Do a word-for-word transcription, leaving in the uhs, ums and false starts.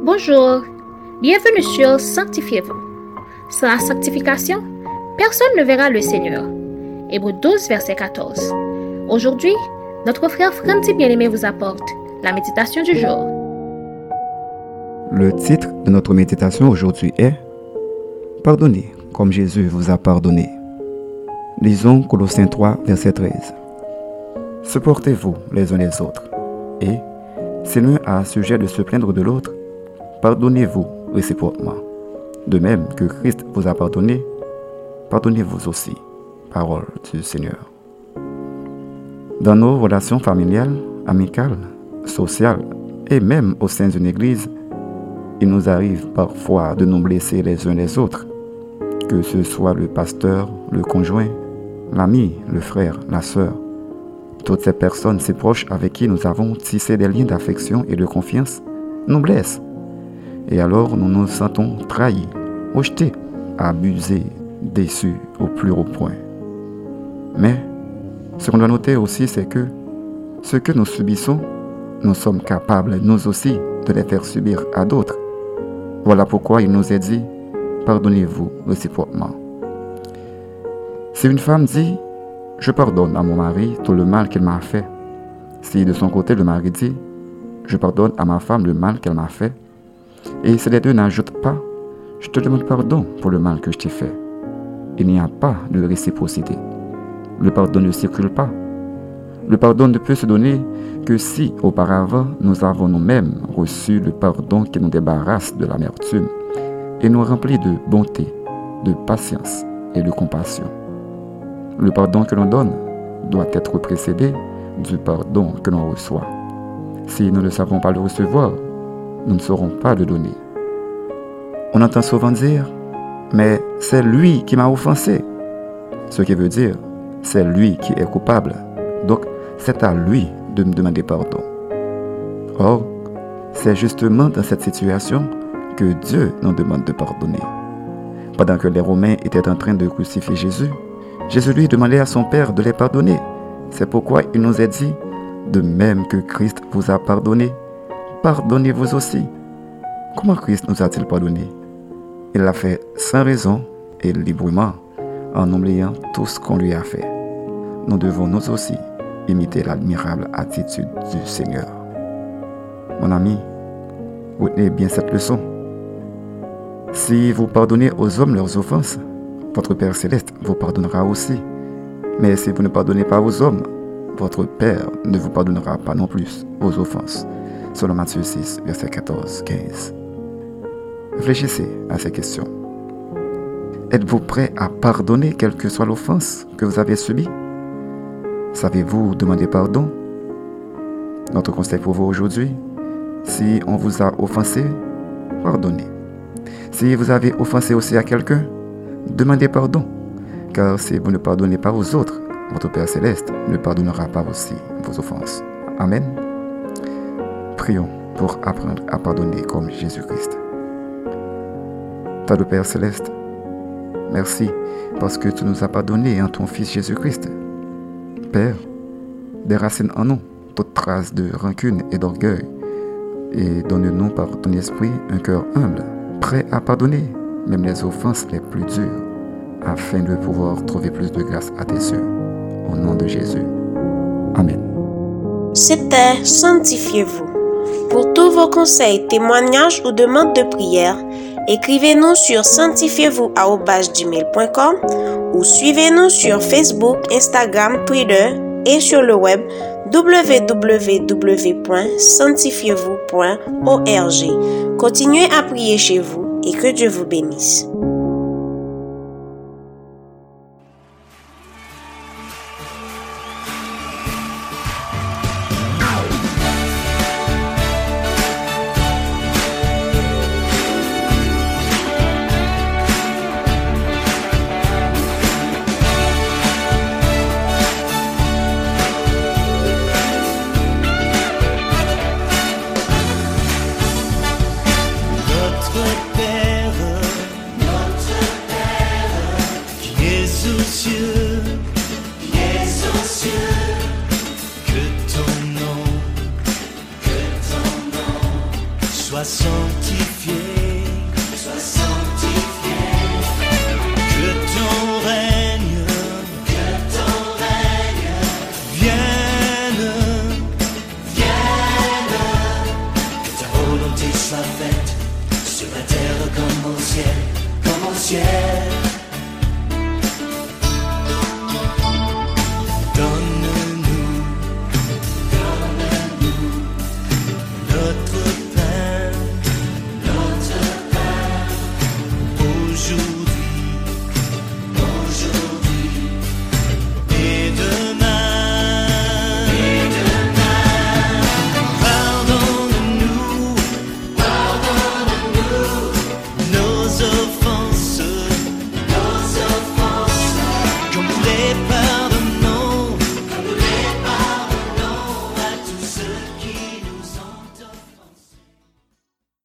Bonjour, bienvenue sur Sanctifiez-vous. Sans la sanctification, personne ne verra le Seigneur. Hébreux douze, verset quatorze. Aujourd'hui, notre frère Franti Bien-Aimé vous apporte la méditation du jour. Le titre de notre méditation aujourd'hui est « Pardonnez comme Jésus vous a pardonné ». Lisons Colossiens trois, verset treize. « Supportez-vous les uns les autres, et, si l'un a sujet de se plaindre de l'autre, pardonnez-vous réciproquement. De même que Christ vous a pardonné, pardonnez-vous aussi. » Parole du Seigneur. Dans nos relations familiales, amicales, sociales et même au sein d'une église, il nous arrive parfois de nous blesser les uns les autres, que ce soit le pasteur, le conjoint, l'ami, le frère, la sœur. Toutes ces personnes si proches avec qui nous avons tissé des liens d'affection et de confiance nous blessent. Et alors nous nous sentons trahis, rejetés, abusés, déçus au plus haut point. Mais ce qu'on doit noter aussi, c'est que ce que nous subissons, nous sommes capables, nous aussi, de les faire subir à d'autres. Voilà pourquoi il nous est dit, pardonnez-vous réciproquement. Si une femme dit, je pardonne à mon mari tout le mal qu'il m'a fait, si de son côté le mari dit, je pardonne à ma femme le mal qu'elle m'a fait, et si les deux n'ajoutent pas, je te demande pardon pour le mal que je t'ai fait, il n'y a pas de réciprocité. Le pardon ne circule pas. Le pardon ne peut se donner que si, auparavant, nous avons nous-mêmes reçu le pardon qui nous débarrasse de l'amertume et nous remplit de bonté, de patience et de compassion. Le pardon que l'on donne doit être précédé du pardon que l'on reçoit. Si nous ne savons pas le recevoir, nous ne saurons pas le donner. On entend souvent dire, mais c'est lui qui m'a offensé. Ce qui veut dire, c'est lui qui est coupable. Donc, c'est à lui de me demander pardon. Or, c'est justement dans cette situation que Dieu nous demande de pardonner. Pendant que les Romains étaient en train de crucifier Jésus, Jésus lui demandait à son Père de les pardonner. C'est pourquoi il nous a dit, de même que Christ vous a pardonné, pardonnez-vous aussi. Comment Christ nous a-t-il pardonné? Il l'a fait sans raison et librement, en oubliant tout ce qu'on lui a fait. Nous devons nous aussi imiter l'admirable attitude du Seigneur. Mon ami, retenez bien cette leçon. Si vous pardonnez aux hommes leurs offenses, votre Père Céleste vous pardonnera aussi. Mais si vous ne pardonnez pas aux hommes, votre Père ne vous pardonnera pas non plus vos offenses. Selon Matthieu six, versets quatorze à quinze. Réfléchissez à ces questions. Êtes-vous prêt à pardonner quelle que soit l'offense que vous avez subie? Savez-vous demander pardon? Notre conseil pour vous aujourd'hui, si on vous a offensé, pardonnez. Si vous avez offensé aussi à quelqu'un, demandez pardon. Car si vous ne pardonnez pas aux autres, votre Père Céleste ne pardonnera pas aussi vos offenses. Amen. Prions pour apprendre à pardonner comme Jésus-Christ. Père Père Céleste, merci parce que tu nous as pardonné en ton Fils Jésus-Christ. Père, déracine en nous toute trace de rancune et d'orgueil et donne-nous par ton esprit un cœur humble, prêt à pardonner même les offenses les plus dures, afin de pouvoir trouver plus de grâce à tes yeux. Au nom de Jésus. Amen. C'était Sanctifiez-vous. Pour tous vos conseils, témoignages ou demandes de prière, écrivez-nous sur sanctifiez-vous arobase gmail point com ou suivez-nous sur Facebook, Instagram, Twitter et sur le web w w w point sanctifiez vous point org. Continuez à prier chez vous et que Dieu vous bénisse. Notre Père, sanctifié, sois sanctifié. Que ton règne, que ton règne vienne, vienne. Que ta volonté soit faite sur la terre comme au ciel, comme au ciel.